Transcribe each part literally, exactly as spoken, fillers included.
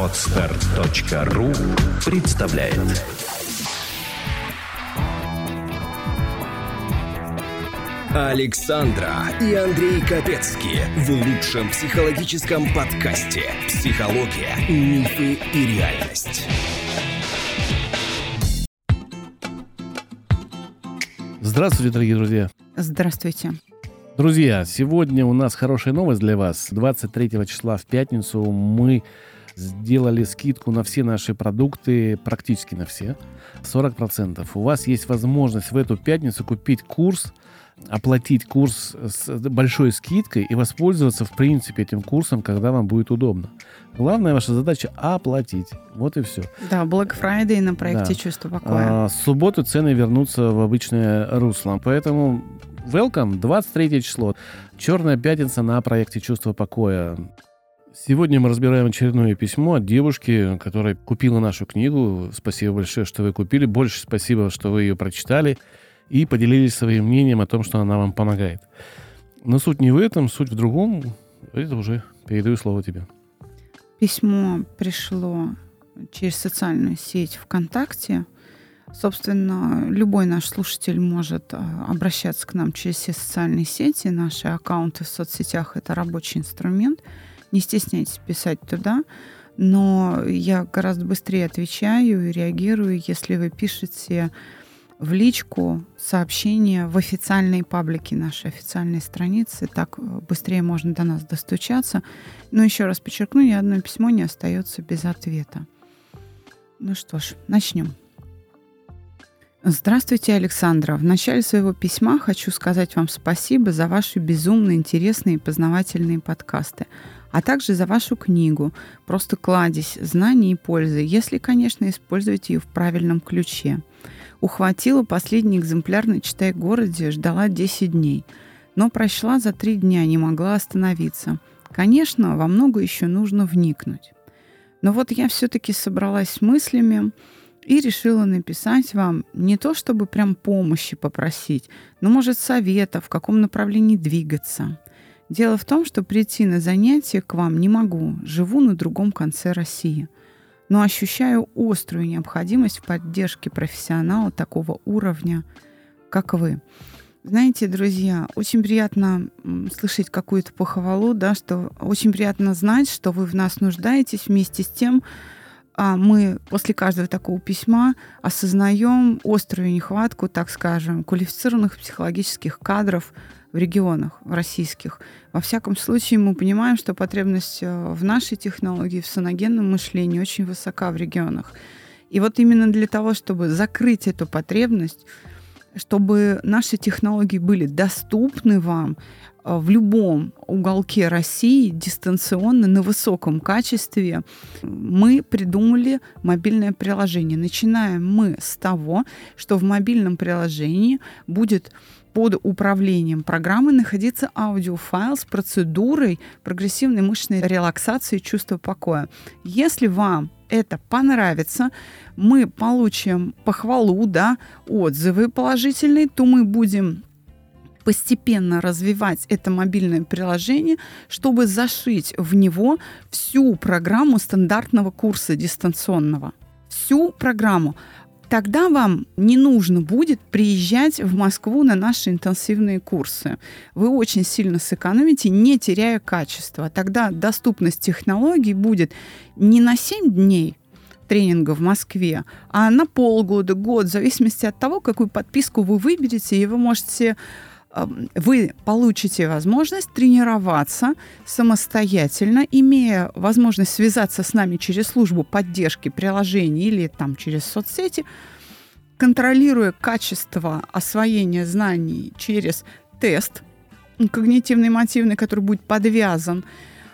Подстер точка ру представляет. Александра и Андрей Капецки в лучшем психологическом подкасте «Психология, мифы и реальность». Здравствуйте, дорогие друзья. Здравствуйте. Друзья, сегодня у нас хорошая новость для вас. двадцать третьего числа в пятницу мы сделали скидку на все наши продукты, практически на все, сорок процентов. У вас есть возможность в эту пятницу купить курс, оплатить курс с большой скидкой и воспользоваться, в принципе, этим курсом, когда вам будет удобно. Главная ваша задача – оплатить. Вот и все. Да, Black Friday на проекте да. «Чувство покоя». А, с субботы цены вернутся в обычное русло. Поэтому welcome, двадцать третье число. Черная пятница на проекте «Чувство покоя». Сегодня мы разбираем очередное письмо от девушки, которая купила нашу книгу. Спасибо большое, что вы купили. Больше спасибо, что вы ее прочитали и поделились своим мнением о том, что она вам помогает. Но суть не в этом, суть в другом. Это уже передаю слово тебе. Письмо пришло через социальную сеть ВКонтакте. Собственно, любой наш слушатель может обращаться к нам через все социальные сети. Наши аккаунты в соцсетях — это рабочий инструмент. Не стесняйтесь писать туда. Но я гораздо быстрее отвечаю и реагирую, если вы пишете в личку сообщения в официальные паблики, наши официальные страницы. Так быстрее можно до нас достучаться. Но еще раз подчеркну, ни одно письмо не остается без ответа. Ну что ж, начнем. Здравствуйте, Александра. В начале своего письма хочу сказать вам спасибо за ваши безумно интересные и познавательные подкасты, а также за вашу книгу «Просто кладезь знаний и пользы», если, конечно, использовать ее в правильном ключе. Ухватила последний экземпляр на «Читай-городе», ждала десять дней, но прочла за три дня, не могла остановиться. Конечно, во много еще нужно вникнуть. Но вот я все-таки собралась с мыслями и решила написать вам не то, чтобы прям помощи попросить, но, может, совета, в каком направлении двигаться. Дело в том, что прийти на занятия к вам не могу, живу на другом конце России, но ощущаю острую необходимость в поддержке профессионала такого уровня, как вы. Знаете, друзья, очень приятно слышать какую-то похвалу, да, что очень приятно знать, что вы в нас нуждаетесь. Вместе с тем мы после каждого такого письма осознаем острую нехватку, так скажем, квалифицированных психологических кадров в регионах, в российских. Во всяком случае, мы понимаем, что потребность в нашей технологии, в саногенном мышлении очень высока в регионах. И вот именно для того, чтобы закрыть эту потребность, чтобы наши технологии были доступны вам в любом уголке России, дистанционно, на высоком качестве, мы придумали мобильное приложение. Начинаем мы с того, что в мобильном приложении будет под управлением программы находиться аудиофайл с процедурой прогрессивной мышечной релаксации и чувства покоя. Если вам это понравится, мы получим похвалу, да, отзывы положительные, то мы будем постепенно развивать это мобильное приложение, чтобы зашить в него всю программу стандартного курса дистанционного. Всю программу. Тогда вам не нужно будет приезжать в Москву на наши интенсивные курсы. Вы очень сильно сэкономите, не теряя качества. Тогда доступность технологий будет не на семь дней тренинга в Москве, а на полгода, год, в зависимости от того, какую подписку вы выберете, и вы можете... Вы получите возможность тренироваться самостоятельно, имея возможность связаться с нами через службу поддержки приложений или там, через соцсети, контролируя качество освоения знаний через тест когнитивно-эмотивный, который будет подвязан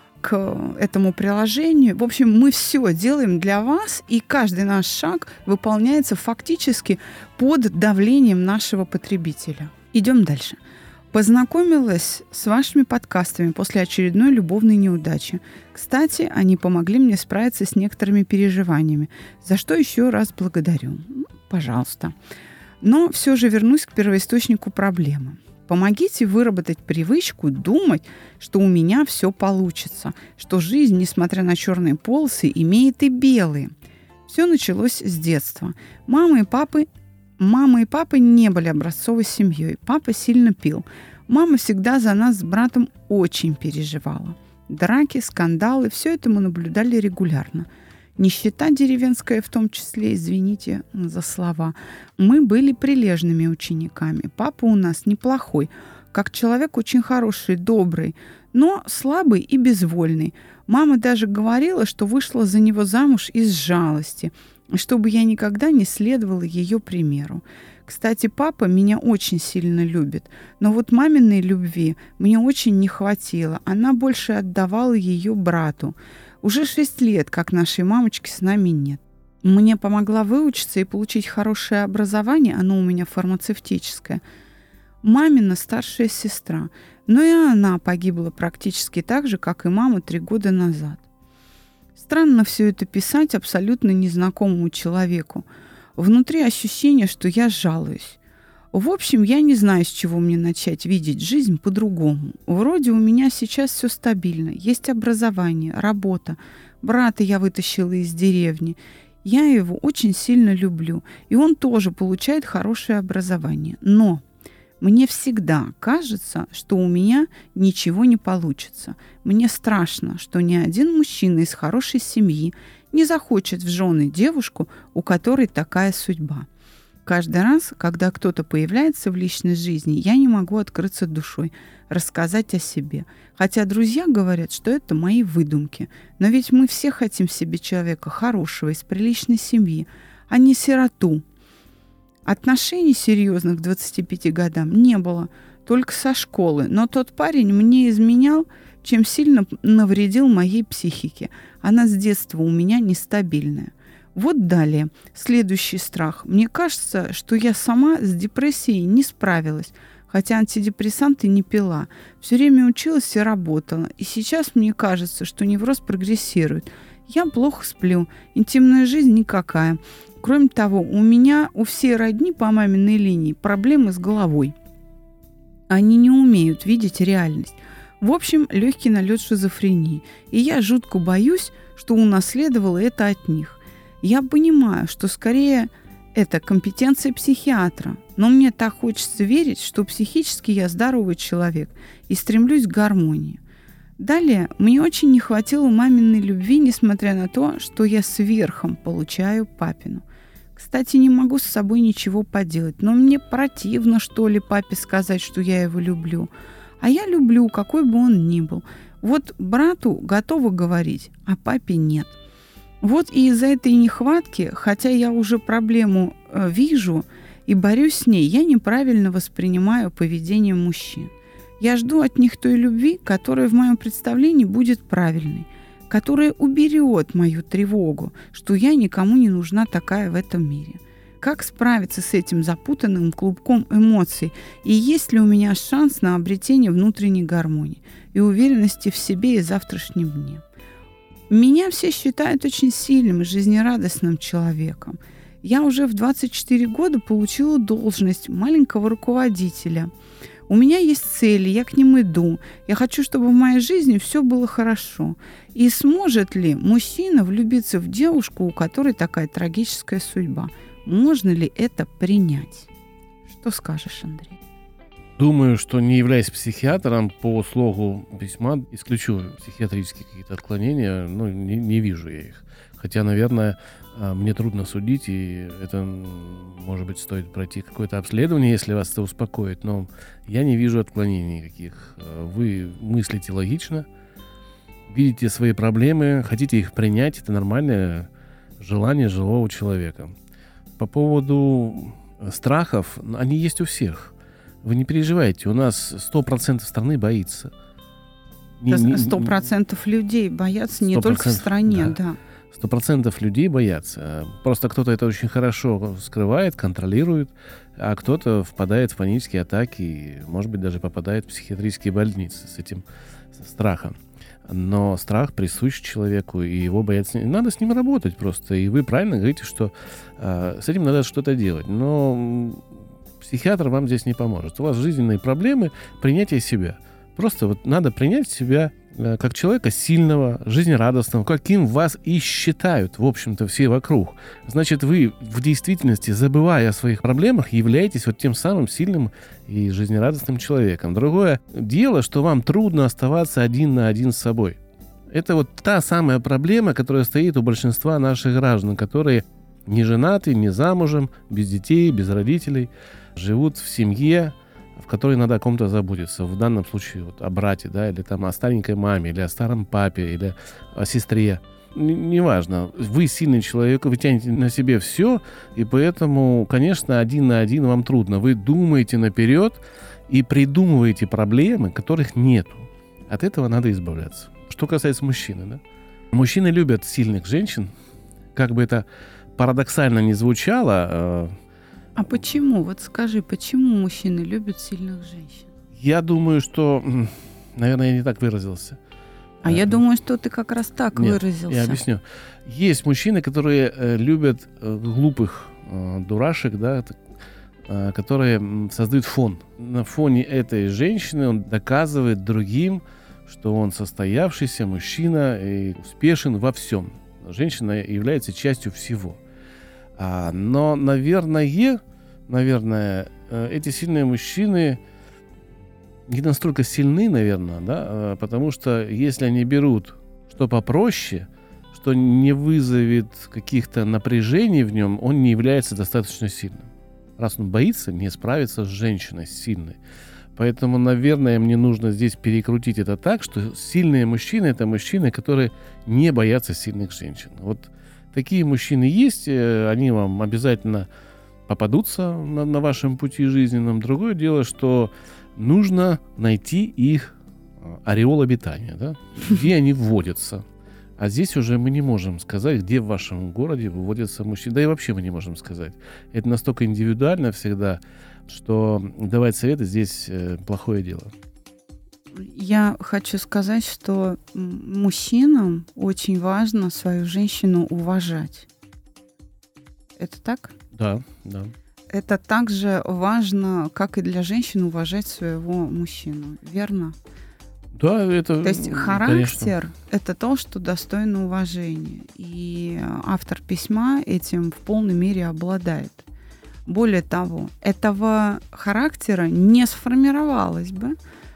к этому приложению. В общем, мы все делаем для вас, и каждый наш шаг выполняется фактически под давлением нашего потребителя. Идем дальше. Познакомилась с вашими подкастами после очередной любовной неудачи. Кстати, они помогли мне справиться с некоторыми переживаниями, за что еще раз благодарю. Пожалуйста. Но все же вернусь к первоисточнику проблемы. Помогите выработать привычку думать, что у меня все получится, что жизнь, несмотря на черные полосы, имеет и белые. Все началось с детства. Мама и папы, мама и папа не были образцовой семьей. Папа сильно пил. Мама всегда за нас с братом очень переживала. Драки, скандалы, все это мы наблюдали регулярно. Нищета деревенская в том числе, извините за слова. Мы были прилежными учениками. Папа у нас неплохой, как человек очень хороший, добрый, но слабый и безвольный. Мама даже говорила, что вышла за него замуж из жалости, чтобы я никогда не следовала ее примеру. Кстати, папа меня очень сильно любит, но вот маминой любви мне очень не хватило. Она больше отдавала ее брату. Уже шесть лет, как нашей мамочки с нами нет. Мне помогла выучиться и получить хорошее образование, оно у меня фармацевтическое, мамина старшая сестра. Но и она погибла практически так же, как и мама три года назад. Странно все это писать абсолютно незнакомому человеку. Внутри ощущение, что я жалуюсь. В общем, я не знаю, с чего мне начать видеть жизнь по-другому. Вроде у меня сейчас все стабильно. Есть образование, работа. Брата я вытащила из деревни. Я его очень сильно люблю. И он тоже получает хорошее образование. Но мне всегда кажется, что у меня ничего не получится. Мне страшно, что ни один мужчина из хорошей семьи не захочет в жены девушку, у которой такая судьба. Каждый раз, когда кто-то появляется в личной жизни, я не могу открыться душой, рассказать о себе. Хотя друзья говорят, что это мои выдумки. Но ведь мы все хотим себе человека хорошего, из приличной семьи, а не сироту. Отношений серьезных к двадцати пяти годам не было, только со школы. Но тот парень мне изменял, чем сильно навредил моей психике. Она с детства у меня нестабильная. Вот далее. Следующий страх. Мне кажется, что я сама с депрессией не справилась, хотя антидепрессанты не пила. Все время училась и работала. И сейчас мне кажется, что невроз прогрессирует. Я плохо сплю, интимная жизнь никакая. Кроме того, у меня у всей родни по маминой линии проблемы с головой. Они не умеют видеть реальность. В общем, легкий налет шизофрении. И я жутко боюсь, что унаследовала это от них. Я понимаю, что скорее это компетенция психиатра, но мне так хочется верить, что психически я здоровый человек и стремлюсь к гармонии. Далее, мне очень не хватило маминой любви, несмотря на то, что я сверхом получаю папину. Кстати, не могу с собой ничего поделать, но мне противно, что ли, папе сказать, что я его люблю. А я люблю, какой бы он ни был. Вот брату готова говорить, а папе нет. Вот и из-за этой нехватки, хотя я уже проблему э, вижу и борюсь с ней, я неправильно воспринимаю поведение мужчин. Я жду от них той любви, которая в моем представлении будет правильной, которая уберет мою тревогу, что я никому не нужна такая в этом мире. Как справиться с этим запутанным клубком эмоций? И есть ли у меня шанс на обретение внутренней гармонии и уверенности в себе и завтрашнем дне? Меня все считают очень сильным и жизнерадостным человеком. Я уже в двадцать четыре года получила должность маленького руководителя. У меня есть цели, я к ним иду. Я хочу, чтобы в моей жизни все было хорошо. И сможет ли мужчина влюбиться в девушку, у которой такая трагическая судьба? Можно ли это принять? Что скажешь, Андрей? Думаю, что, не являясь психиатром, по слогу письма исключу психиатрические какие-то отклонения, ну, не, не вижу я их. Хотя, наверное, мне трудно судить, и это, может быть, стоит пройти какое-то обследование, если вас это успокоит, но я не вижу отклонений никаких. Вы мыслите логично, видите свои проблемы, хотите их принять, это нормальное желание живого человека. По поводу страхов, они есть у всех. Вы не переживайте, у нас сто процентов страны боится. Сто процентов людей боятся не только в стране, да. Сто процентов людей боятся. Просто кто-то это очень хорошо скрывает, контролирует, а кто-то впадает в панические атаки и, может быть, даже попадает в психиатрические больницы с этим страхом. Но страх присущ человеку, и его бояться... Надо с ним работать просто. И вы правильно говорите, что э, с этим надо что-то делать. Но Психиатр вам здесь не поможет. У вас жизненные проблемы, принятие себя. Просто вот надо принять себя э, как человека сильного, жизнерадостного, каким вас и считают, в общем-то, все вокруг. Значит, вы в действительности, забывая о своих проблемах, являетесь вот тем самым сильным и жизнерадостным человеком. Другое дело, что вам трудно оставаться один на один с собой. Это вот та самая проблема, которая стоит у большинства наших граждан, которые не женаты, не замужем, без детей, без родителей, живут в семье, в которой надо о ком-то заботиться. В данном случае вот, о брате, да, или там о старенькой маме, или о старом папе, или о сестре. Н- неважно. Вы сильный человек, вы тянете на себе все, и поэтому, конечно, один на один вам трудно. Вы думаете наперед и придумываете проблемы, которых нету. От этого надо избавляться. Что касается мужчины, да? Мужчины любят сильных женщин. Как бы это парадоксально не звучало, А почему? Вот скажи, почему мужчины любят сильных женщин? я думаю, что, наверное, я не так выразился. А я думаю, что ты как раз так Нет, выразился. я объясню. Есть мужчины, которые э, любят э, глупых э, дурашек, да, т- э, которые м, создают фон. На фоне этой женщины он доказывает другим, что он состоявшийся мужчина и успешен во всем. Женщина является частью всего. А, но, наверное, наверное, э, эти сильные мужчины не настолько сильны, наверное, да, э, потому что если они берут что попроще, что не вызовет каких-то напряжений в нем, он не является достаточно сильным. Раз он боится не справиться с женщиной сильной. Поэтому, наверное, мне нужно здесь перекрутить это так, что сильные мужчины — это мужчины, которые не боятся сильных женщин. Вот такие мужчины есть, они вам обязательно попадутся на, на вашем пути жизненном. Другое дело, что нужно найти их ореол обитания, да? Где они вводятся. А здесь уже мы не можем сказать, где в вашем городе выводятся мужчины. Да и вообще мы не можем сказать. Это настолько индивидуально всегда, что давать советы здесь э, плохое дело. Я хочу сказать, что мужчинам очень важно свою женщину уважать. Это так? Да, да. Это так же важно, как и для женщин уважать своего мужчину, верно? Да, это, То есть характер конечно. — это то, что достойно уважения. И автор письма этим в полной мере обладает. Более того, этого характера не сформировалось бы,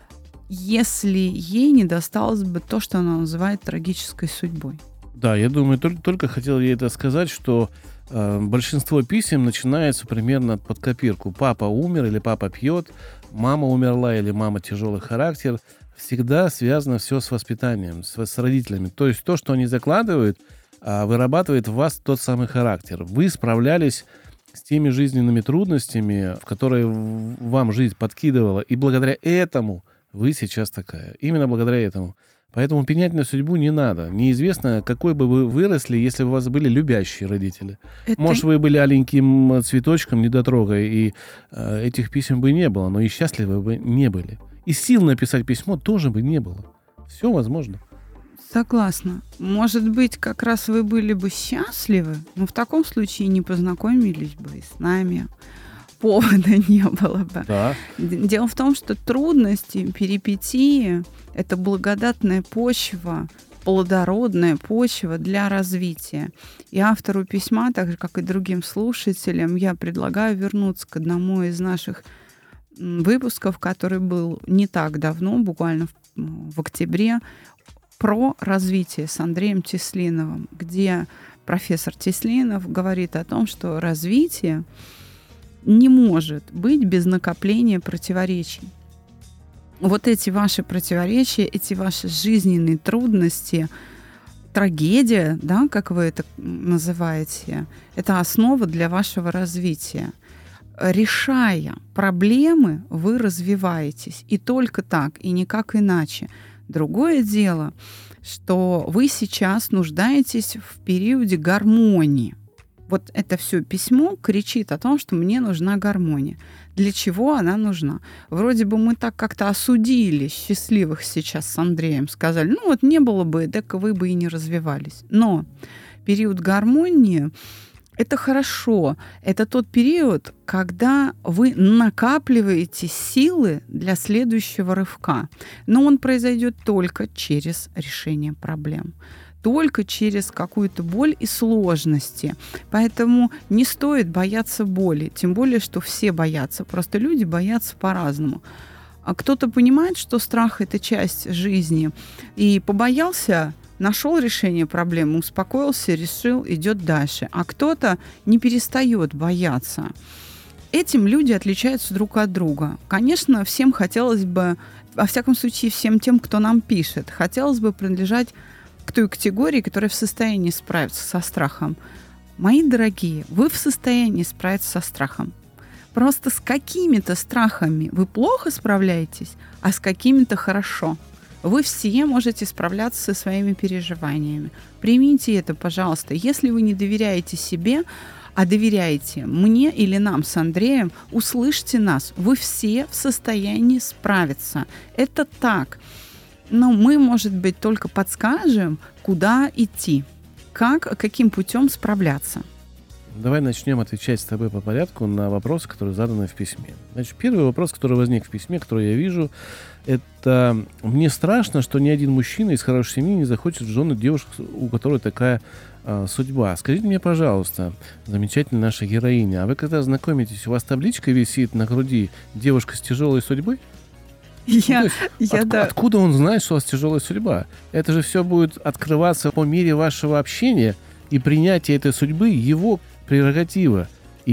если ей не досталось бы то, что она называет трагической судьбой. Да, я думаю, только, только хотел ей это сказать, что э, большинство писем начинается примерно под копирку. Папа умер или папа пьет, мама умерла или мама тяжелый характер. Всегда связано все с воспитанием, с, с родителями. То есть то, что они закладывают, э, вырабатывает в вас тот самый характер. Вы справлялись с теми жизненными трудностями, в которые вам жизнь подкидывала, и благодаря этому вы сейчас такая. Именно благодаря этому. Поэтому пенять на судьбу не надо. Неизвестно, какой бы вы выросли, если бы у вас были любящие родители. Это... Может, вы были аленьким цветочком, недотрогой, и э, этих писем бы не было, но и счастливы бы не были. И сил написать письмо тоже бы не было. Все возможно. Согласна. Может быть, как раз вы были бы счастливы, но в таком случае не познакомились бы и с нами. Повода не было бы. Да. Дело в том, что трудности, перипетии — это благодатная почва, плодородная почва для развития. И автору письма, так же, как и другим слушателям, я предлагаю вернуться к одному из наших выпусков, который был не так давно, буквально в, в октябре, про развитие с Андреем Теслиновым, где профессор Теслинов говорит о том, что развитие не может быть без накопления противоречий. Вот эти ваши противоречия, эти ваши жизненные трудности, трагедия, да, как вы это называете, это основа для вашего развития. Решая проблемы, вы развиваетесь. И только так, и никак иначе. Другое дело, что вы сейчас нуждаетесь в периоде гармонии. Вот это все письмо кричит о том, что мне нужна гармония. Для чего она нужна? Вроде бы мы так как-то осудили счастливых сейчас с Андреем, сказали, ну вот не было бы, так вы бы и не развивались. Но период гармонии Это хорошо. Это тот период, когда вы накапливаете силы для следующего рывка. Но он произойдет только через решение проблем. Только через какую-то боль и сложности. Поэтому не стоит бояться боли. Тем более, что все боятся. Просто люди боятся по-разному. А кто-то понимает, что страх – это часть жизни, и побоялся, нашел решение проблемы, успокоился, решил, идет дальше. А кто-то не перестает бояться. Этим люди отличаются друг от друга. Конечно, всем хотелось бы, во всяком случае, всем тем, кто нам пишет, хотелось бы принадлежать к той категории, которая в состоянии справиться со страхом. Мои дорогие, вы в состоянии справиться со страхом. Просто с какими-то страхами вы плохо справляетесь, а с какими-то хорошо. Вы все можете справляться со своими переживаниями. Примите это, пожалуйста. Если вы не доверяете себе, а доверяете мне или нам с Андреем, услышьте нас. Вы все в состоянии справиться. Это так. Но мы, может быть, только подскажем, куда идти, как, каким путем справляться. Давай начнем отвечать с тобой по порядку на вопросы, которые заданы в письме. Значит, первый вопрос, который возник в письме, который я вижу, это «Мне страшно, что ни один мужчина из хорошей семьи не захочет в жены девушку, у которой такая э, судьба. Скажите мне, пожалуйста, замечательная наша героиня, а вы когда знакомитесь, у вас табличка висит на груди «Девушка с тяжелой судьбой»?» Я, ну, я, от, да. Откуда он знает, что у вас тяжелая судьба? Это же все будет открываться по мере вашего общения и принятия этой судьбы его прерогатива.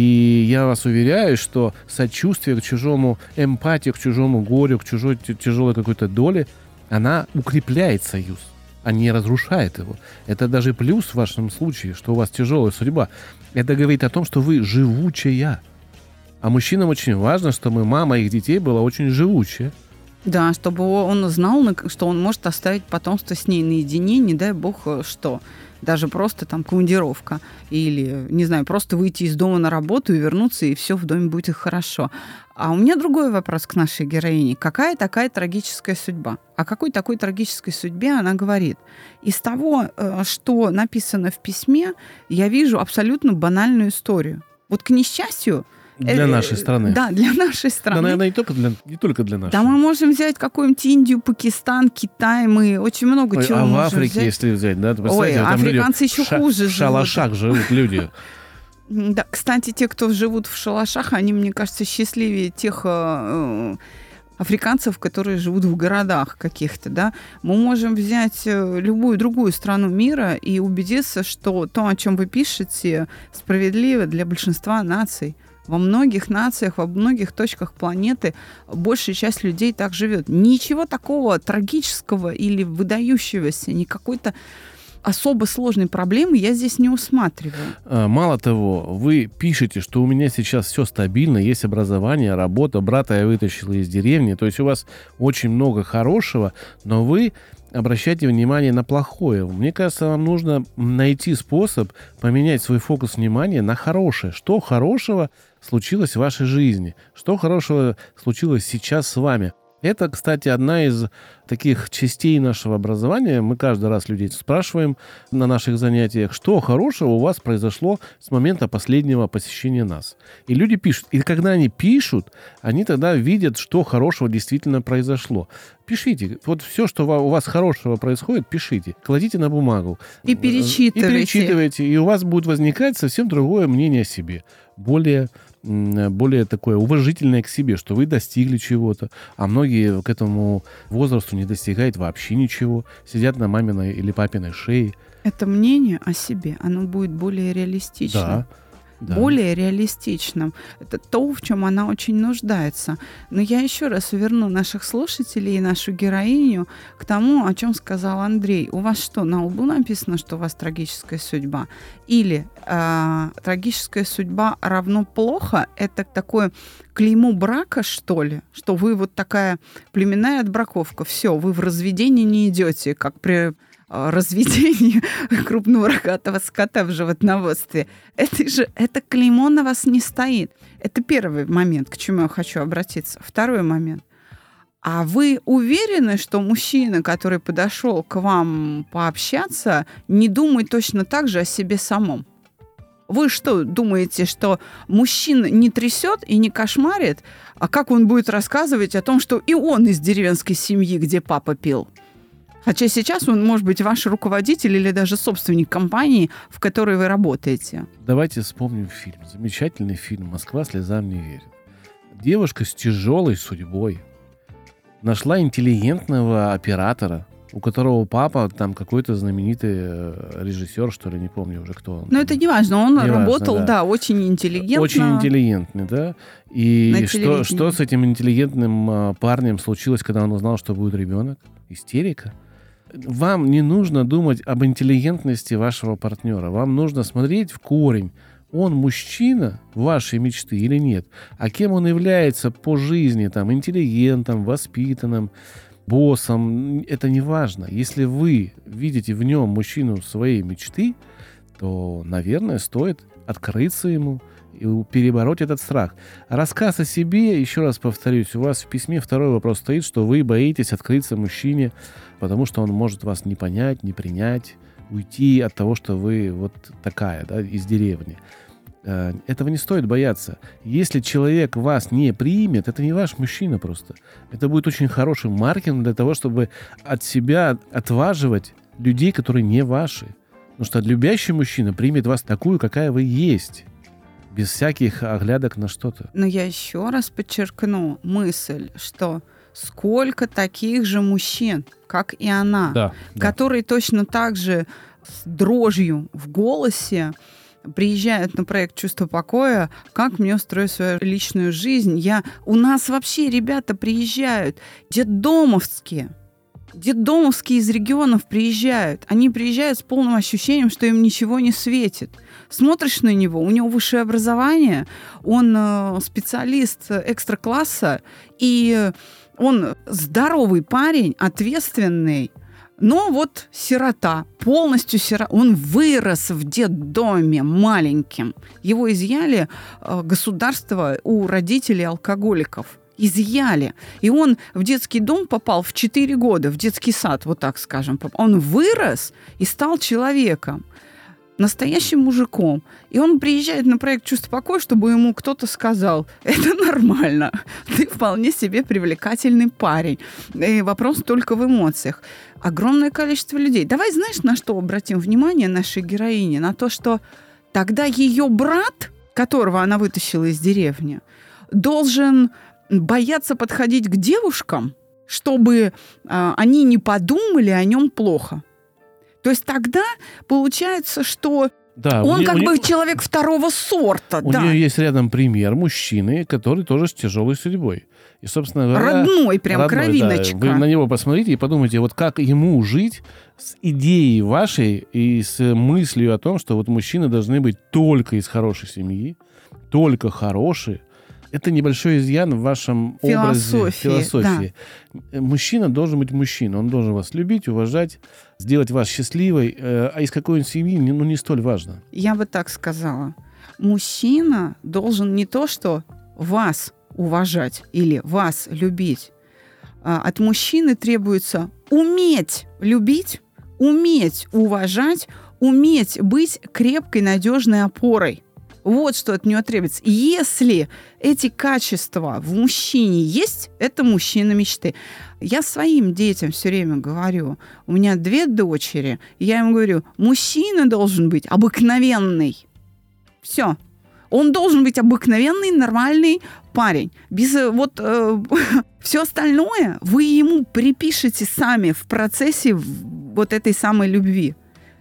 И я вас уверяю, что сочувствие к чужому, эмпатия к чужому горю, к чужой тяжелой какой-то доле, она укрепляет союз, а не разрушает его. Это даже плюс в вашем случае, что у вас тяжелая судьба. Это говорит о том, что вы живучая. А мужчинам очень важно, чтобы мама их детей была очень живучая. Да, чтобы он знал, что он может оставить потомство с ней наедине, не дай бог что. Даже просто там командировка или, не знаю, просто выйти из дома на работу и вернуться, и все в доме будет хорошо. А у меня другой вопрос к нашей героине. Какая такая трагическая судьба? О какой такой трагической судьбе она говорит? Из того, что написано в письме, я вижу абсолютно банальную историю. Вот к несчастью... Для нашей страны. Да, для нашей страны. Да, наверное, не только для, не только для нашей. Да, мы можем взять какую-нибудь Индию, Пакистан, Китай, мы очень много Ой, чего а можем в Африке, взять. если взять, да? Ой, африканцы еще ша- хуже живут. В шалашах живут люди. Да, кстати, те, кто живут в шалашах, они, мне кажется, счастливее тех э, африканцев, которые живут в городах каких-то, да. Мы можем взять любую другую страну мира и убедиться, что то, о чем вы пишете, справедливо для большинства наций. Во многих нациях, во многих точках планеты большая часть людей так живет. Ничего такого трагического или выдающегося, ни какой-то особо сложной проблемы я здесь не усматриваю. Мало того, вы пишете, что у меня сейчас все стабильно, есть образование, работа, брата я вытащила из деревни, то есть у вас очень много хорошего, но вы обращайте внимание на плохое. Мне кажется, вам нужно найти способ поменять свой фокус внимания на хорошее. Что хорошего случилось в вашей жизни? Что хорошего случилось сейчас с вами? Это, кстати, одна из таких частей нашего образования. Мы каждый раз людей спрашиваем на наших занятиях, что хорошего у вас произошло с момента последнего посещения нас. И люди пишут. И когда они пишут, они тогда видят, что хорошего действительно произошло. Пишите. Вот все, что у вас хорошего происходит, пишите. Кладите на бумагу. И перечитывайте. И перечитывайте. И у вас будет возникать совсем другое мнение о себе. Более... более такое уважительное к себе, что вы достигли чего-то, а многие к этому возрасту не достигают вообще ничего, сидят на маминой или папиной шее. Это мнение о себе, оно будет более реалистичным. Да. Да. Более реалистичным. Это то, в чем она очень нуждается. Но я еще раз верну наших слушателей и нашу героиню к тому, о чем сказал Андрей. У вас что, на лбу написано, что у вас трагическая судьба? Или э, трагическая судьба равно плохо? Это такое клеймо брака, что ли? Что вы вот такая племенная отбраковка. Все, вы в разведение не идете, как при... разведение крупного рогатого скота в животноводстве. Это же это клеймо на вас не стоит. Это первый момент, к чему я хочу обратиться. Второй момент. А вы уверены, что мужчина, который подошел к вам пообщаться, не думает точно так же о себе самом? Вы что, думаете, что мужчин не трясет и не кошмарит? А как он будет рассказывать о том, что и он из деревенской семьи, где папа пил? Хотя сейчас он может быть ваш руководитель или даже собственник компании, в которой вы работаете. Давайте вспомним фильм. Замечательный фильм «Москва слезам не верит». Девушка с тяжелой судьбой нашла интеллигентного оператора, у которого папа там какой-то знаменитый режиссер, что ли, не помню уже кто он. Но это не важно, он не работал, важно, да. да, очень интеллигентно. Очень интеллигентный, да. И что, что с этим интеллигентным парнем случилось, когда он узнал, что будет ребенок? Истерика. Вам не нужно думать об интеллигентности вашего партнера. Вам нужно смотреть в корень. Он мужчина вашей мечты или нет? А кем он является по жизни? Там, интеллигентом, воспитанным, боссом, это не важно. Если вы видите в нем мужчину своей мечты, то, наверное, стоит открыться ему и перебороть этот страх. Рассказ о себе, еще раз повторюсь, у вас в письме второй вопрос стоит, что вы боитесь открыться мужчине, потому что он может вас не понять, не принять, уйти от того, что вы вот такая, да, из деревни. Этого не стоит бояться. Если человек вас не примет, это не ваш мужчина просто. Это будет очень хорошим маркетингом для того, чтобы от себя отваживать людей, которые не ваши. Потому что любящий мужчина примет вас такую, какая вы есть, без всяких оглядок на что-то. Но я еще раз подчеркну мысль, что сколько таких же мужчин, как и она, да, которые да. точно так же с дрожью в голосе приезжают на проект «Чувство покоя», как мне устроить свою личную жизнь. Я... У нас вообще ребята приезжают, детдомовские, детдомовские из регионов приезжают. Они приезжают с полным ощущением, что им ничего не светит. Смотришь на него, у него высшее образование, он э, специалист экстра-класса, и он здоровый парень, ответственный, но вот сирота, полностью сирота. Он вырос в детдоме маленьким. Его изъяли э, государство у родителей алкоголиков. Изъяли. И он в детский дом попал в четыре года, в детский сад, вот так скажем. Он вырос и стал человеком, настоящим мужиком. И он приезжает на проект «Чувство покоя», чтобы ему кто-то сказал: это нормально, ты вполне себе привлекательный парень. И вопрос только в эмоциях. Огромное количество людей. Давай, знаешь, на что обратим внимание нашей героине? На то, что тогда ее брат, которого она вытащила из деревни, должен бояться подходить к девушкам, чтобы э, они не подумали о нем плохо. То есть тогда получается, что да, он у как не, бы не... человек второго сорта. У да. нее есть рядом пример мужчины, который тоже с тяжелой судьбой. И, собственно говоря... Родной, прям родной, кровиночка. Да. Вы на него посмотрите и подумайте, вот как ему жить с идеей вашей и с мыслью о том, что вот мужчины должны быть только из хорошей семьи, только хорошие. Это небольшой изъян в вашем философии, образе, философии. Да. Мужчина должен быть мужчиной. Он должен вас любить, уважать, сделать вас счастливой. А из какой он семьи, ну, не столь важно. Я бы так сказала. Мужчина должен не то, что вас уважать или вас любить. От мужчины требуется уметь любить, уметь уважать, уметь быть крепкой, надежной опорой. Вот что от нее требуется. Если эти качества в мужчине есть, это мужчина мечты. Я своим детям все время говорю, у меня две дочери, я им говорю, мужчина должен быть обыкновенный. Все. Он должен быть обыкновенный, нормальный парень. Без вот э, все остальное вы ему припишете сами в процессе вот этой самой любви.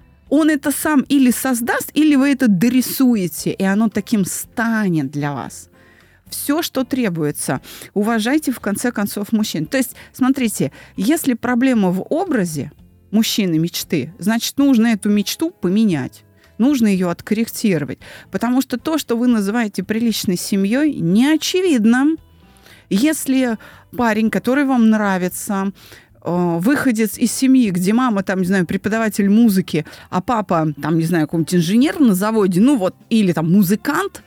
Он это сам или создаст, или вы это дорисуете, и оно таким станет для вас. Все, что требуется. Уважайте, в конце концов, мужчин. То есть, смотрите, если проблема в образе мужчины мечты, значит, нужно эту мечту поменять. Нужно ее откорректировать. Потому что то, что вы называете приличной семьей, не очевидно. Если парень, который вам нравится, выходец из семьи, где мама, там, не знаю, преподаватель музыки, а папа, там, не знаю, какой-нибудь инженер на заводе, ну вот, или там музыкант,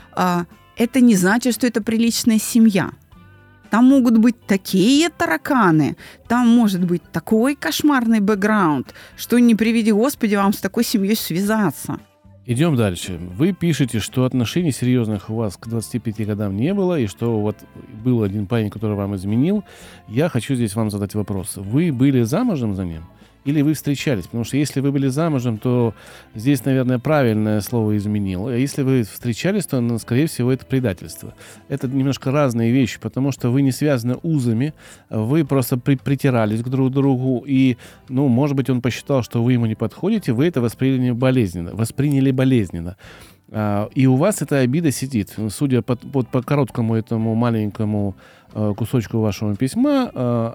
это не значит, что это приличная семья. Там могут быть такие тараканы, там может быть такой кошмарный бэкграунд, что не приведи Господи вам с такой семьей связаться. Идем дальше. Вы пишете, что отношений серьезных у вас к двадцати пяти годам не было, и что вот был один парень, который вам изменил. Я хочу здесь вам задать вопрос. Вы были замужем за ним? Или вы встречались? Потому что если вы были замужем, то здесь, наверное, правильное слово «изменил». А если вы встречались, то, ну, скорее всего, это предательство. Это немножко разные вещи, потому что вы не связаны узами, вы просто при- притирались к друг другу, и, ну, может быть, он посчитал, что вы ему не подходите, вы это восприняли болезненно. Восприняли болезненно. А, и у вас эта обида сидит. Судя по, по, по короткому этому маленькому а, кусочку вашего письма, а,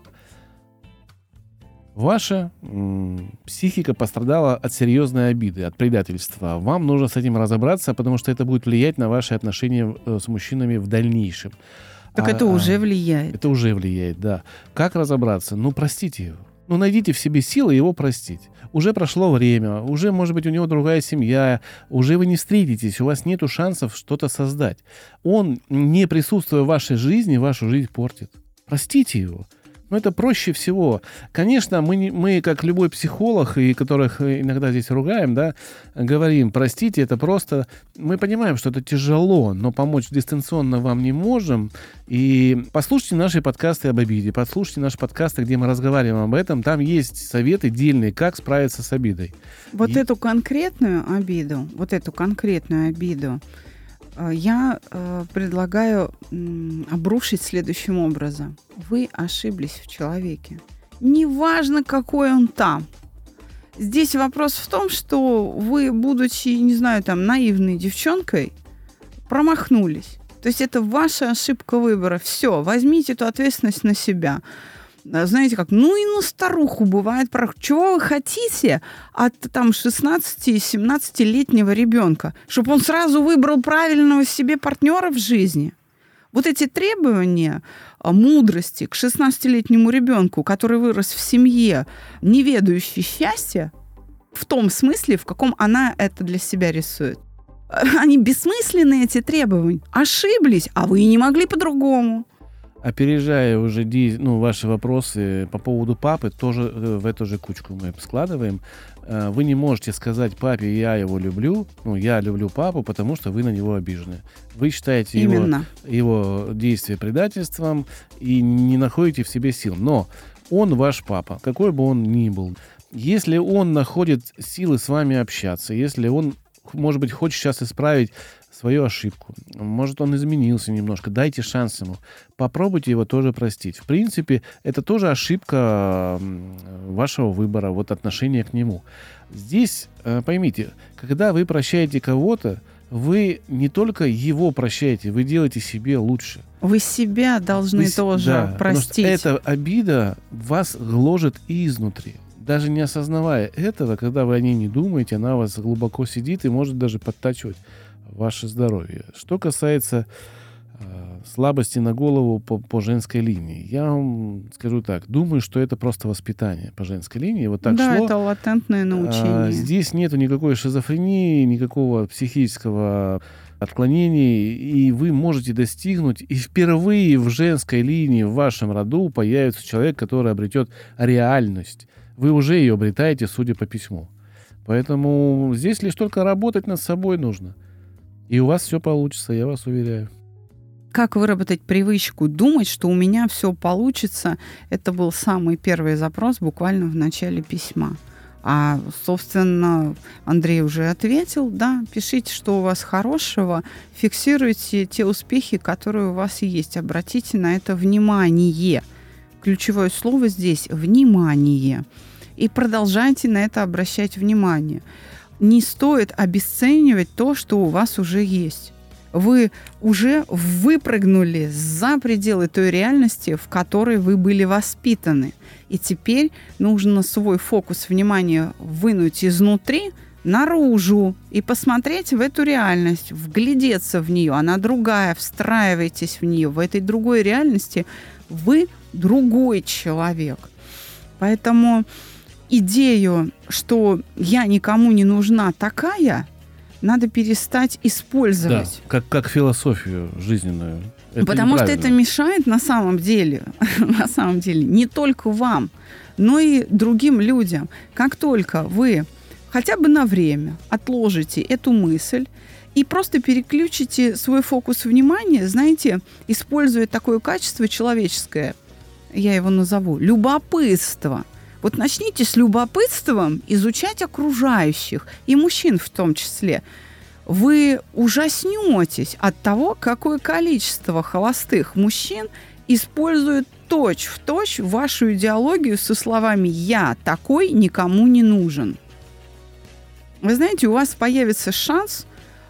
Ваша м, психика пострадала от серьезной обиды, от предательства. Вам нужно с этим разобраться, потому что это будет влиять на ваши отношения э, с мужчинами в дальнейшем. Так а, это уже влияет. Это уже влияет, да. Как разобраться? Ну, простите его. Ну, найдите в себе силы его простить. Уже прошло время, уже, может быть, у него другая семья, уже вы не встретитесь, у вас нет шансов что-то создать. Он, не присутствуя в вашей жизни, вашу жизнь портит. Простите его. Но это проще всего. Конечно, мы, не, мы, как любой психолог, и которых иногда здесь ругаем, да, говорим, простите, это просто... Мы понимаем, что это тяжело, но помочь дистанционно вам не можем. И послушайте наши подкасты об обиде, послушайте наши подкасты, где мы разговариваем об этом. Там есть советы дельные, как справиться с обидой. Вот и... эту конкретную обиду, вот эту конкретную обиду я э, предлагаю м, обрушить следующим образом. Вы ошиблись в человеке. Неважно, какой он там. Здесь вопрос в том, что вы, будучи, не знаю, там, наивной девчонкой, промахнулись. То есть это ваша ошибка выбора. Все, возьмите эту ответственность на себя. Знаете как, ну и на старуху бывает. Чего вы хотите от там шестнадцати-семнадцатилетнего ребенка? Чтобы он сразу выбрал правильного себе партнера в жизни? Вот эти требования мудрости к шестнадцатилетнему ребенку, который вырос в семье, не ведающей счастья, в том смысле, в каком она это для себя рисует. Они бессмысленные, эти требования. Ошиблись, а вы и не могли по-другому. Опережая уже ну, ваши вопросы по поводу папы, тоже в эту же кучку мы складываем. Вы не можете сказать папе, я его люблю, ну, я люблю папу, потому что вы на него обижены. Вы считаете его, его действия предательством и не находите в себе сил. Но он ваш папа, какой бы он ни был. Если он находит силы с вами общаться, если он, может быть, хочет сейчас исправить свою ошибку. Может, он изменился немножко. Дайте шанс ему. Попробуйте его тоже простить. В принципе, это тоже ошибка вашего выбора, вот отношения к нему. Здесь, поймите, когда вы прощаете кого-то, вы не только его прощаете, вы делаете себе лучше. Вы себя должны вы, тоже да, простить. Потому что эта обида вас гложет и изнутри. Даже не осознавая этого, когда вы о ней не думаете, она у вас глубоко сидит и может даже подтачивать ваше здоровье. Что касается э, слабости на голову по, по женской линии, я вам скажу так, думаю, что это просто воспитание по женской линии. Вот так да, шло. Это латентное научение. А, здесь нету никакой шизофрении, никакого психического отклонения, и вы можете достигнуть, и впервые в женской линии в вашем роду появится человек, который обретет реальность. Вы уже ее обретаете, судя по письму. Поэтому здесь лишь только работать над собой нужно. И у вас все получится, я вас уверяю. Как выработать привычку думать, что у меня все получится? Это был самый первый запрос буквально в начале письма. А, собственно, Андрей уже ответил, да, пишите, что у вас хорошего, фиксируйте те успехи, которые у вас есть, обратите на это внимание. Ключевое слово здесь – внимание. И продолжайте на это обращать внимание. Не стоит обесценивать то, что у вас уже есть. Вы уже выпрыгнули за пределы той реальности, в которой вы были воспитаны. И теперь нужно свой фокус внимания вынуть изнутри наружу и посмотреть в эту реальность, вглядеться в нее. Она другая, встраивайтесь в нее. В этой другой реальности вы другой человек. Поэтому идею, что я никому не нужна такая, надо перестать использовать. Да, как, как философию жизненную. Это Потому что это мешает на самом деле, на самом деле, не только вам, но и другим людям. Как только вы хотя бы на время отложите эту мысль и просто переключите свой фокус внимания, знаете, используя такое качество человеческое, я его назову, любопытство. Вот начните с любопытством изучать окружающих, и мужчин в том числе. Вы ужаснетесь от того, какое количество холостых мужчин используют точь-в-точь вашу идеологию со словами «я такой никому не нужен». Вы знаете, у вас появится шанс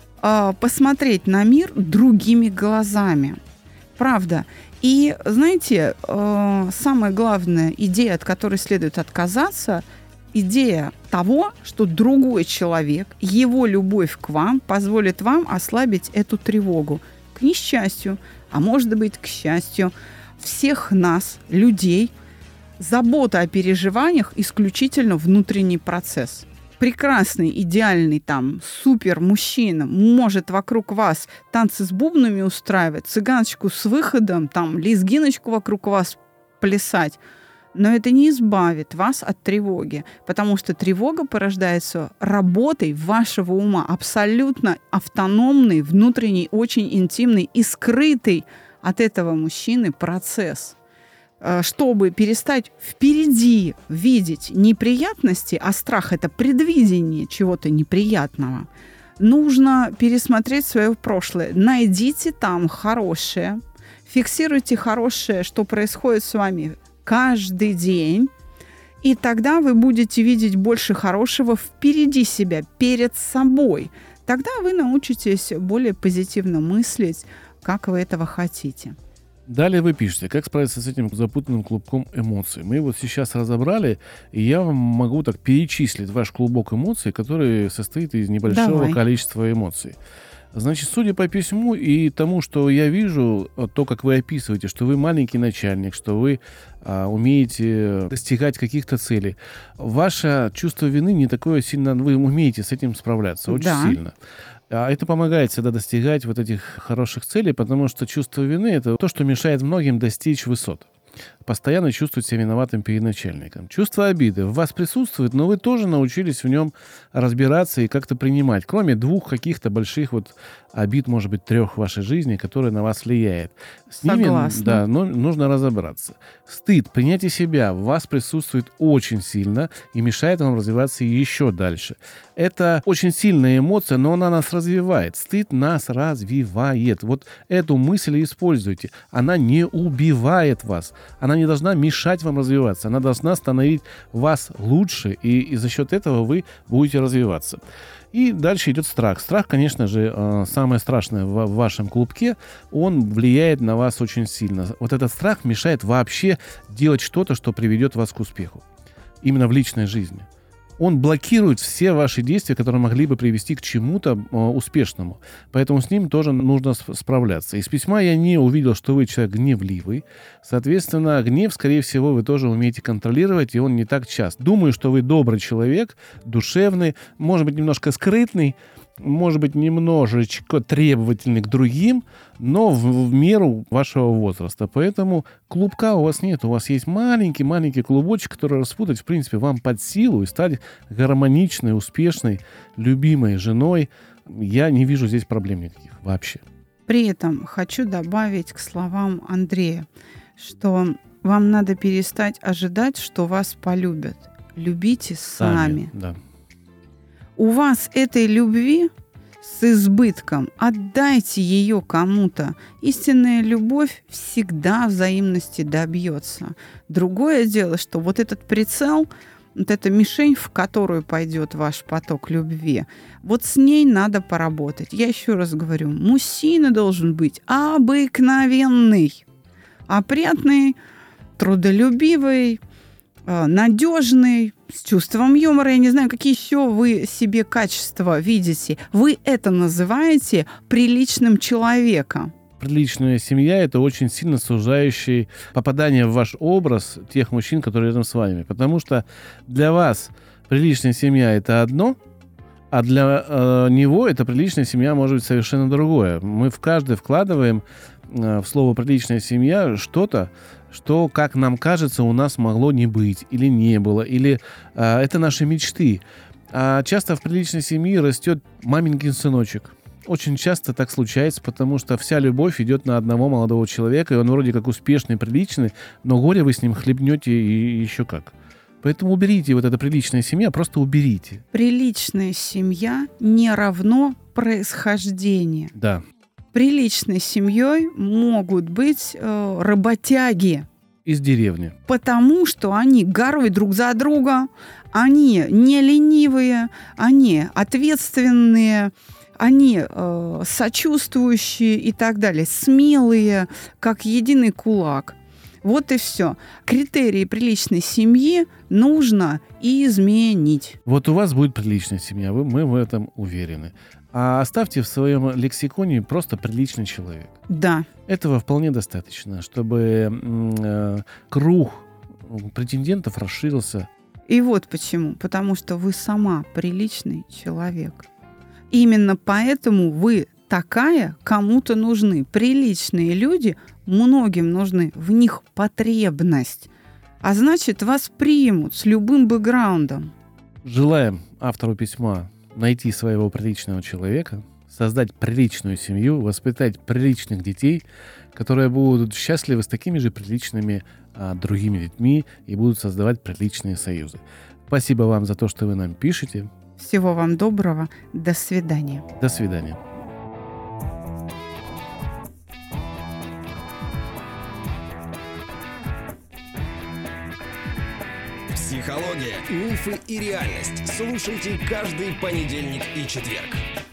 э, посмотреть на мир другими глазами. Правда. И, знаете, э, самая главная идея, от которой следует отказаться, идея того, что другой человек, его любовь к вам позволит вам ослабить эту тревогу. К несчастью, а может быть, к счастью, всех нас, людей, забота о переживаниях исключительно внутренний процесс. Прекрасный, идеальный там супер мужчина может вокруг вас танцы с бубнами устраивать, цыганочку с выходом, там лезгиночку вокруг вас плясать. Но это не избавит вас от тревоги, потому что тревога порождается работой вашего ума, абсолютно автономный, внутренний, очень интимный и скрытый от этого мужчины процесс. Чтобы перестать впереди видеть неприятности, а страх – это предвидение чего-то неприятного, нужно пересмотреть свое прошлое. Найдите там хорошее, фиксируйте хорошее, что происходит с вами каждый день, и тогда вы будете видеть больше хорошего впереди себя, перед собой. Тогда вы научитесь более позитивно мыслить, как вы этого хотите. Далее вы пишете, как справиться с этим запутанным клубком эмоций. Мы вот сейчас разобрали, и я вам могу так перечислить ваш клубок эмоций, который состоит из небольшого Давай. количества эмоций. Значит, судя по письму и тому, что я вижу, то, как вы описываете, что вы маленький начальник, что вы а, умеете достигать каких-то целей, ваше чувство вины не такое сильно, вы умеете с этим справляться очень Да. сильно. А это помогает всегда достигать вот этих хороших целей, потому что чувство вины — это то, что мешает многим достичь высот. Постоянно чувствовать себя виноватым перед начальником. Чувство обиды в вас присутствует, но вы тоже научились в нем разбираться и как-то принимать. Кроме двух каких-то больших вот обид, может быть, трех в вашей жизни, которые на вас влияют. С ними, Согласна. да, но нужно разобраться. Стыд, принятие себя в вас присутствует очень сильно и мешает вам развиваться еще дальше. Это очень сильная эмоция, но она нас развивает. Стыд нас развивает. Вот эту мысль и используйте. Она не убивает вас. Она не должна мешать вам развиваться. Она должна становить вас лучше, и, и за счет этого вы будете развиваться. И дальше идет страх. Страх, конечно же, э, самое страшное в, в вашем клубке. Он влияет на вас очень сильно. Вот этот страх мешает вообще делать что-то, что приведет вас к успеху. Именно в личной жизни. Он блокирует все ваши действия, которые могли бы привести к чему-то э, успешному. Поэтому с ним тоже нужно сп- справляться. Из письма я не увидел, что вы человек гневливый. Соответственно, гнев, скорее всего, вы тоже умеете контролировать, и он не так часто. Думаю, что вы добрый человек, душевный, может быть, немножко скрытный, может быть, немножечко требовательный к другим, но в, в меру вашего возраста. Поэтому клубка у вас нет. У вас есть маленький-маленький клубочек, который распутать, в принципе, вам под силу и стать гармоничной, успешной, любимой женой. Я не вижу здесь проблем никаких вообще. При этом хочу добавить к словам Андрея, что вам надо перестать ожидать, что вас полюбят. Любите сами. Сами, да. У вас этой любви с избытком. Отдайте ее кому-то. Истинная любовь всегда взаимности добьется. Другое дело, что вот этот прицел, вот эта мишень, в которую пойдет ваш поток любви, вот с ней надо поработать. Я еще раз говорю, мужчина должен быть обыкновенный, опрятный, трудолюбивый, надежный, с чувством юмора. Я не знаю, какие еще вы себе качества видите. Вы это называете приличным человеком. Приличная семья — это очень сильно сужающий попадание в ваш образ тех мужчин, которые рядом с вами. Потому что для вас приличная семья — это одно, а для э, него эта приличная семья может быть совершенно другое. Мы в каждый вкладываем э, в слово «приличная семья» что-то, что, как нам кажется, у нас могло не быть, или не было, или э, это наши мечты. А часто в приличной семье растет маменькин сыночек. Очень часто так случается, потому что вся любовь идет на одного молодого человека, и он вроде как успешный, приличный, но горе вы с ним хлебнете и еще как. Поэтому уберите вот эта приличная семья, просто уберите. Приличная семья не равно происхождение. Да. Приличной семьей могут быть э, работяги. Из деревни. Потому что они горой друг за друга, они не ленивые, они ответственные, они э, сочувствующие и так далее, смелые, как единый кулак. Вот и все. Критерии приличной семьи нужно изменить. Вот у вас будет приличная семья, вы, мы в этом уверены. А оставьте в своем лексиконе просто приличный человек. Да. Этого вполне достаточно, чтобы э, круг претендентов расширился. И вот почему. Потому что вы сама приличный человек. Именно поэтому вы такая, кому-то нужны. Приличные люди многим нужны. В них потребность. А значит, вас примут с любым бэкграундом. Желаем автору письма найти своего приличного человека, создать приличную семью, воспитать приличных детей, которые будут счастливы с такими же приличными а, другими детьми и будут создавать приличные союзы. Спасибо вам за то, что вы нам пишете. Всего вам доброго. До свидания. До свидания. Психология, мифы и реальность. Слушайте каждый понедельник и четверг.